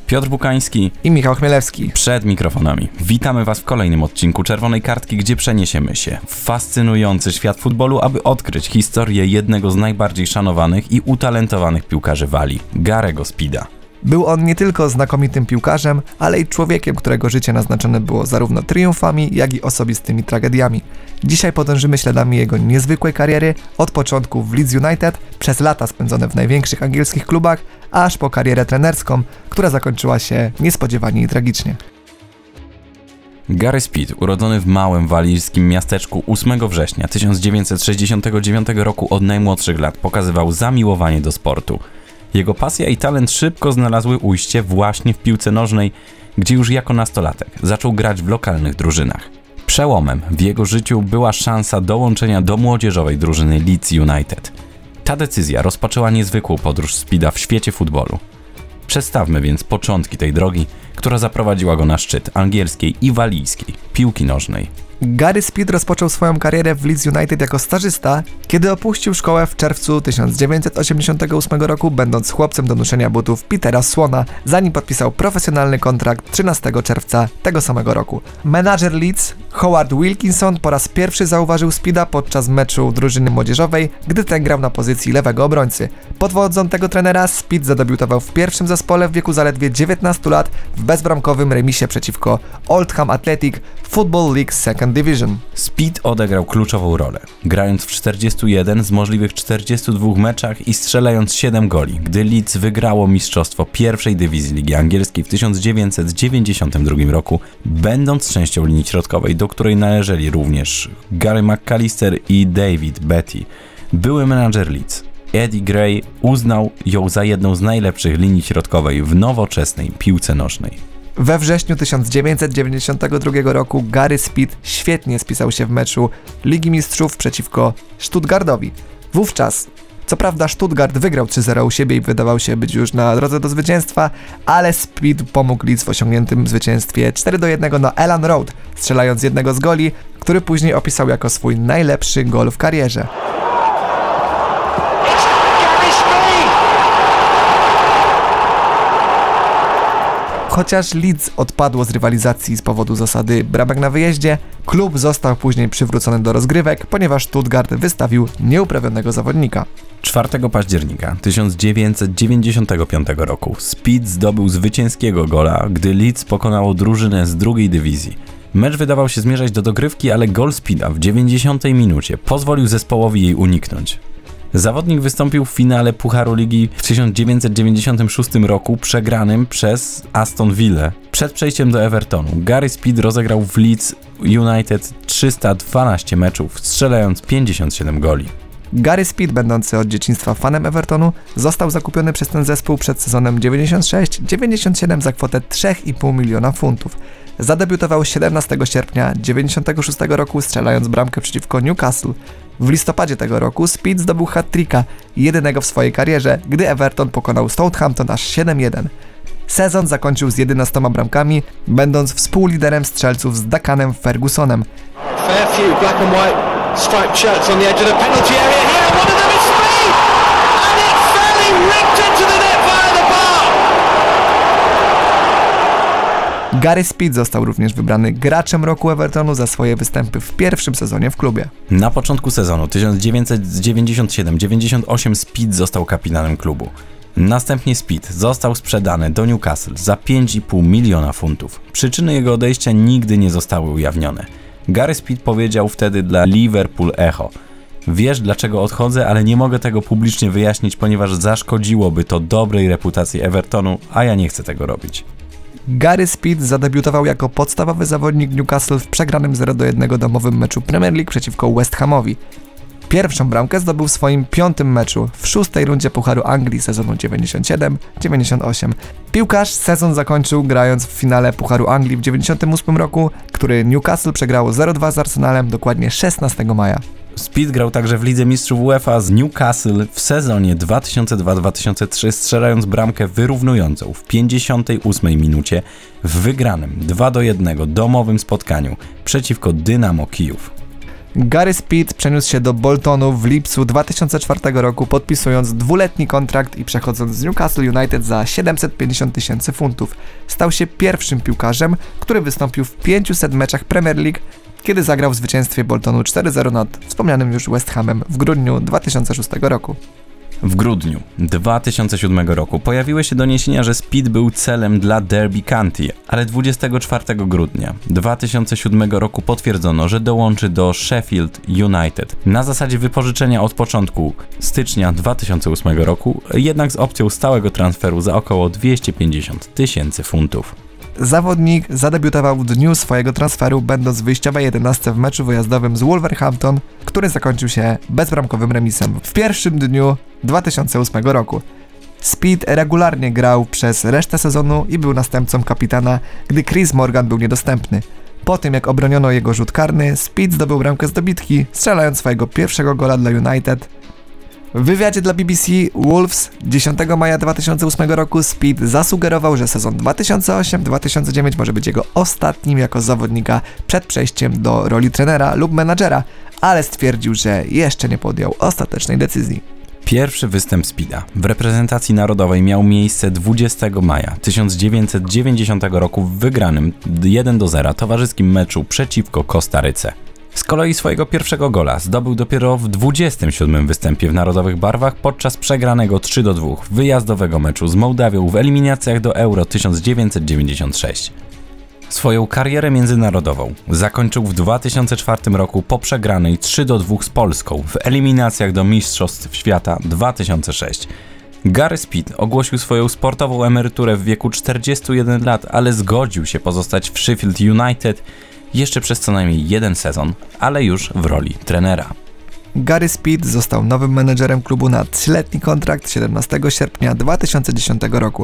Piotr Bukański i Michał Chmielewski przed mikrofonami. Witamy Was w kolejnym odcinku Czerwonej Kartki, gdzie przeniesiemy się w fascynujący świat futbolu, aby odkryć historię jednego z najbardziej szanowanych i utalentowanych piłkarzy Walii, Garego Speeda. Był on nie tylko znakomitym piłkarzem, ale i człowiekiem, którego życie naznaczone było zarówno triumfami, jak i osobistymi tragediami. Dzisiaj podążymy śladami jego niezwykłej kariery, od początku w Leeds United, przez lata spędzone w największych angielskich klubach, aż po karierę trenerską, która zakończyła się niespodziewanie i tragicznie. Gary Speed, urodzony w małym walijskim miasteczku 8 września 1969 roku, od najmłodszych lat pokazywał zamiłowanie do sportu. Jego pasja i talent szybko znalazły ujście właśnie w piłce nożnej, gdzie już jako nastolatek zaczął grać w lokalnych drużynach. Przełomem w jego życiu była szansa dołączenia do młodzieżowej drużyny Leeds United. Ta decyzja rozpoczęła niezwykłą podróż Speeda w świecie futbolu. Przedstawmy więc początki tej drogi, która zaprowadziła go na szczyt angielskiej i walijskiej piłki nożnej. Gary Speed rozpoczął swoją karierę w Leeds United jako stażysta, kiedy opuścił szkołę w czerwcu 1988 roku, będąc chłopcem do noszenia butów Petera Swana, zanim podpisał profesjonalny kontrakt 13 czerwca tego samego roku. Menadżer Leeds, Howard Wilkinson, po raz pierwszy zauważył Speeda podczas meczu drużyny młodzieżowej, gdy ten grał na pozycji lewego obrońcy. Pod wodzą tego trenera Speed zadebiutował w pierwszym zespole w wieku zaledwie 19 lat w bezbramkowym remisie przeciwko Oldham Athletic Football League Second Division. Speed odegrał kluczową rolę, grając w 41 z możliwych 42 meczach i strzelając 7 goli, gdy Leeds wygrało mistrzostwo pierwszej dywizji Ligi Angielskiej w 1992 roku, będąc częścią linii środkowej, do której należeli również Gary McAllister i David Beattie. Były menadżer Leeds, Eddie Gray, uznał ją za jedną z najlepszych linii środkowej w nowoczesnej piłce nożnej. We wrześniu 1992 roku Gary Speed świetnie spisał się w meczu Ligi Mistrzów przeciwko Stuttgartowi. Wówczas, co prawda, Stuttgart wygrał 3-0 u siebie i wydawał się być już na drodze do zwycięstwa, ale Speed pomógł Leeds w osiągniętym zwycięstwie 4-1 na Elland Road, strzelając jednego z goli, który później opisał jako swój najlepszy gol w karierze. Chociaż Leeds odpadło z rywalizacji z powodu zasady bramek na wyjeździe, klub został później przywrócony do rozgrywek, ponieważ Stuttgart wystawił nieuprawionego zawodnika. 4 października 1995 roku Speed zdobył zwycięskiego gola, gdy Leeds pokonało drużynę z drugiej dywizji. Mecz wydawał się zmierzać do dogrywki, ale gol Speeda w 90 minucie pozwolił zespołowi jej uniknąć. Zawodnik wystąpił w finale Pucharu Ligi w 1996 roku, przegranym przez Aston Villa. Przed przejściem do Evertonu Gary Speed rozegrał w Leeds United 312 meczów, strzelając 57 goli. Gary Speed, będący od dzieciństwa fanem Evertonu, został zakupiony przez ten zespół przed sezonem 96-97 za kwotę 3,5 miliona funtów. Zadebiutował 17 sierpnia 1996 roku, strzelając bramkę przeciwko Newcastle. W listopadzie tego roku Speed zdobył hat-tricka, jedynego w swojej karierze, gdy Everton pokonał Southampton aż 7-1. Sezon zakończył z 11 bramkami, będąc współliderem strzelców z Dakanem Fergusonem. Fair few black and white striped shirts on the edge of the penalty area here. One of them is Speed, and it fairly ripped into the net via the bar. Gary Speed został również wybrany graczem roku Evertonu za swoje występy w pierwszym sezonie w klubie. Na początku sezonu 1997-98 Speed został kapitanem klubu. Następnie Speed został sprzedany do Newcastle za 5,5 miliona funtów. Przyczyny jego odejścia nigdy nie zostały ujawnione. Gary Speed powiedział wtedy dla Liverpool Echo: "Wiesz, dlaczego odchodzę, ale nie mogę tego publicznie wyjaśnić, ponieważ zaszkodziłoby to dobrej reputacji Evertonu, a ja nie chcę tego robić". Gary Speed zadebiutował jako podstawowy zawodnik Newcastle w przegranym 0-1 domowym meczu Premier League przeciwko West Hamowi. Pierwszą bramkę zdobył w swoim 5. meczu w 6. rundzie Pucharu Anglii sezonu 97-98. Piłkarz sezon zakończył grając w finale Pucharu Anglii w 98 roku, który Newcastle przegrało 0-2 z Arsenalem dokładnie 16 maja. Speed grał także w Lidze Mistrzów UEFA z Newcastle w sezonie 2002-2003, strzelając bramkę wyrównującą w 58 minucie w wygranym 2-1 domowym spotkaniu przeciwko Dynamo Kijów. Gary Speed przeniósł się do Boltonu w lipcu 2004 roku, podpisując 2-letni kontrakt i przechodząc z Newcastle United za 750 000 funtów. Stał się pierwszym piłkarzem, który wystąpił w 500 meczach Premier League, kiedy zagrał w zwycięstwie Boltonu 4-0 nad wspomnianym już West Hamem w grudniu 2006 roku. W grudniu 2007 roku pojawiły się doniesienia, że Speed był celem dla Derby County, ale 24 grudnia 2007 roku potwierdzono, że dołączy do Sheffield United na zasadzie wypożyczenia od początku stycznia 2008 roku, jednak z opcją stałego transferu za około 250 000 funtów. Zawodnik zadebiutował w dniu swojego transferu, będąc w wyjściowej 11 w meczu wyjazdowym z Wolverhampton, który zakończył się bezbramkowym remisem w pierwszym dniu 2008 roku. Speed regularnie grał przez resztę sezonu i był następcą kapitana, gdy Chris Morgan był niedostępny. Po tym jak obroniono jego rzut karny, Speed zdobył bramkę z dobitki, strzelając swojego pierwszego gola dla United. W wywiadzie dla BBC Wolves 10 maja 2008 roku Speed zasugerował, że sezon 2008-2009 może być jego ostatnim jako zawodnika przed przejściem do roli trenera lub menadżera, ale stwierdził, że jeszcze nie podjął ostatecznej decyzji. Pierwszy występ Speeda w reprezentacji narodowej miał miejsce 20 maja 1990 roku w wygranym 1-0 towarzyskim meczu przeciwko Kostaryce. Z kolei swojego pierwszego gola zdobył dopiero w 27. występie w narodowych barwach podczas przegranego 3-2 wyjazdowego meczu z Mołdawią w eliminacjach do Euro 1996. Swoją karierę międzynarodową zakończył w 2004 roku po przegranej 3-2 z Polską w eliminacjach do Mistrzostw Świata 2006. Gary Speed ogłosił swoją sportową emeryturę w wieku 41 lat, ale zgodził się pozostać w Sheffield United jeszcze przez co najmniej jeden sezon, ale już w roli trenera. Gary Speed został nowym menedżerem klubu na 3-letni kontrakt 17 sierpnia 2010 roku.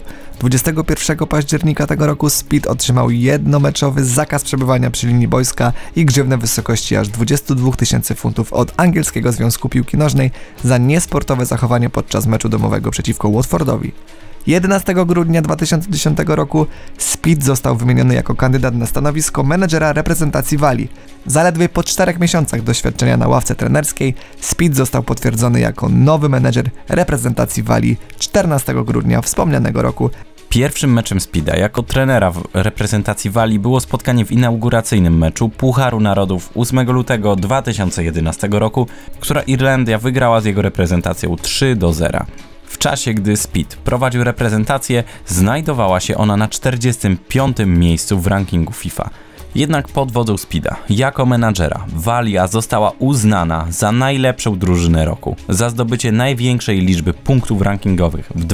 21 października tego roku Speed otrzymał jednomeczowy zakaz przebywania przy linii boiska i grzywnę w wysokości aż 22 000 funtów od angielskiego Związku Piłki Nożnej za niesportowe zachowanie podczas meczu domowego przeciwko Watfordowi. 11 grudnia 2010 roku Speed został wymieniony jako kandydat na stanowisko menedżera reprezentacji Walii. Zaledwie po 4 miesiącach doświadczenia na ławce trenerskiej Speed został potwierdzony jako nowy menedżer reprezentacji Walii 14 grudnia wspomnianego roku. Pierwszym meczem Speeda jako trenera w reprezentacji Walii było spotkanie w inauguracyjnym meczu Pucharu Narodów 8 lutego 2011 roku, która Irlandia wygrała z jego reprezentacją 3-0. W czasie, gdy Speed prowadził reprezentację, znajdowała się ona na 45. miejscu w rankingu FIFA. Jednak pod wodzą Speeda, jako menadżera, Walia została uznana za najlepszą drużynę roku, za zdobycie największej liczby punktów rankingowych w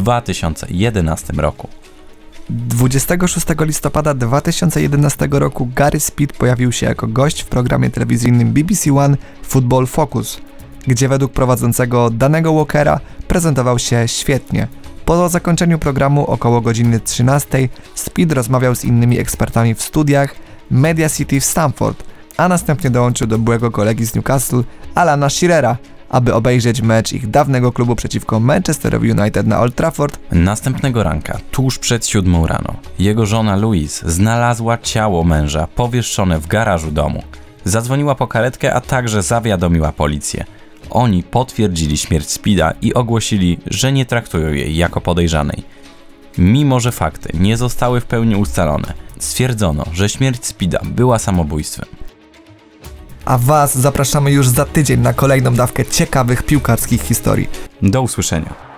2011 roku. 26 listopada 2011 roku Gary Speed pojawił się jako gość w programie telewizyjnym BBC One Football Focus, gdzie według prowadzącego Danego Walkera prezentował się świetnie. Po zakończeniu programu około godziny 13 Speed rozmawiał z innymi ekspertami w studiach Media City w Stamford, a następnie dołączył do byłego kolegi z Newcastle, Alana Shearera, aby obejrzeć mecz ich dawnego klubu przeciwko Manchesterowi United na Old Trafford. Następnego ranka, tuż przed 7 rano, jego żona Louise znalazła ciało męża powieszone w garażu domu. Zadzwoniła po karetkę, a także zawiadomiła policję. Oni potwierdzili śmierć Speeda i ogłosili, że nie traktują jej jako podejrzanej. Mimo że fakty nie zostały w pełni ustalone, stwierdzono, że śmierć Speeda była samobójstwem. A Was zapraszamy już za tydzień na kolejną dawkę ciekawych piłkarskich historii. Do usłyszenia.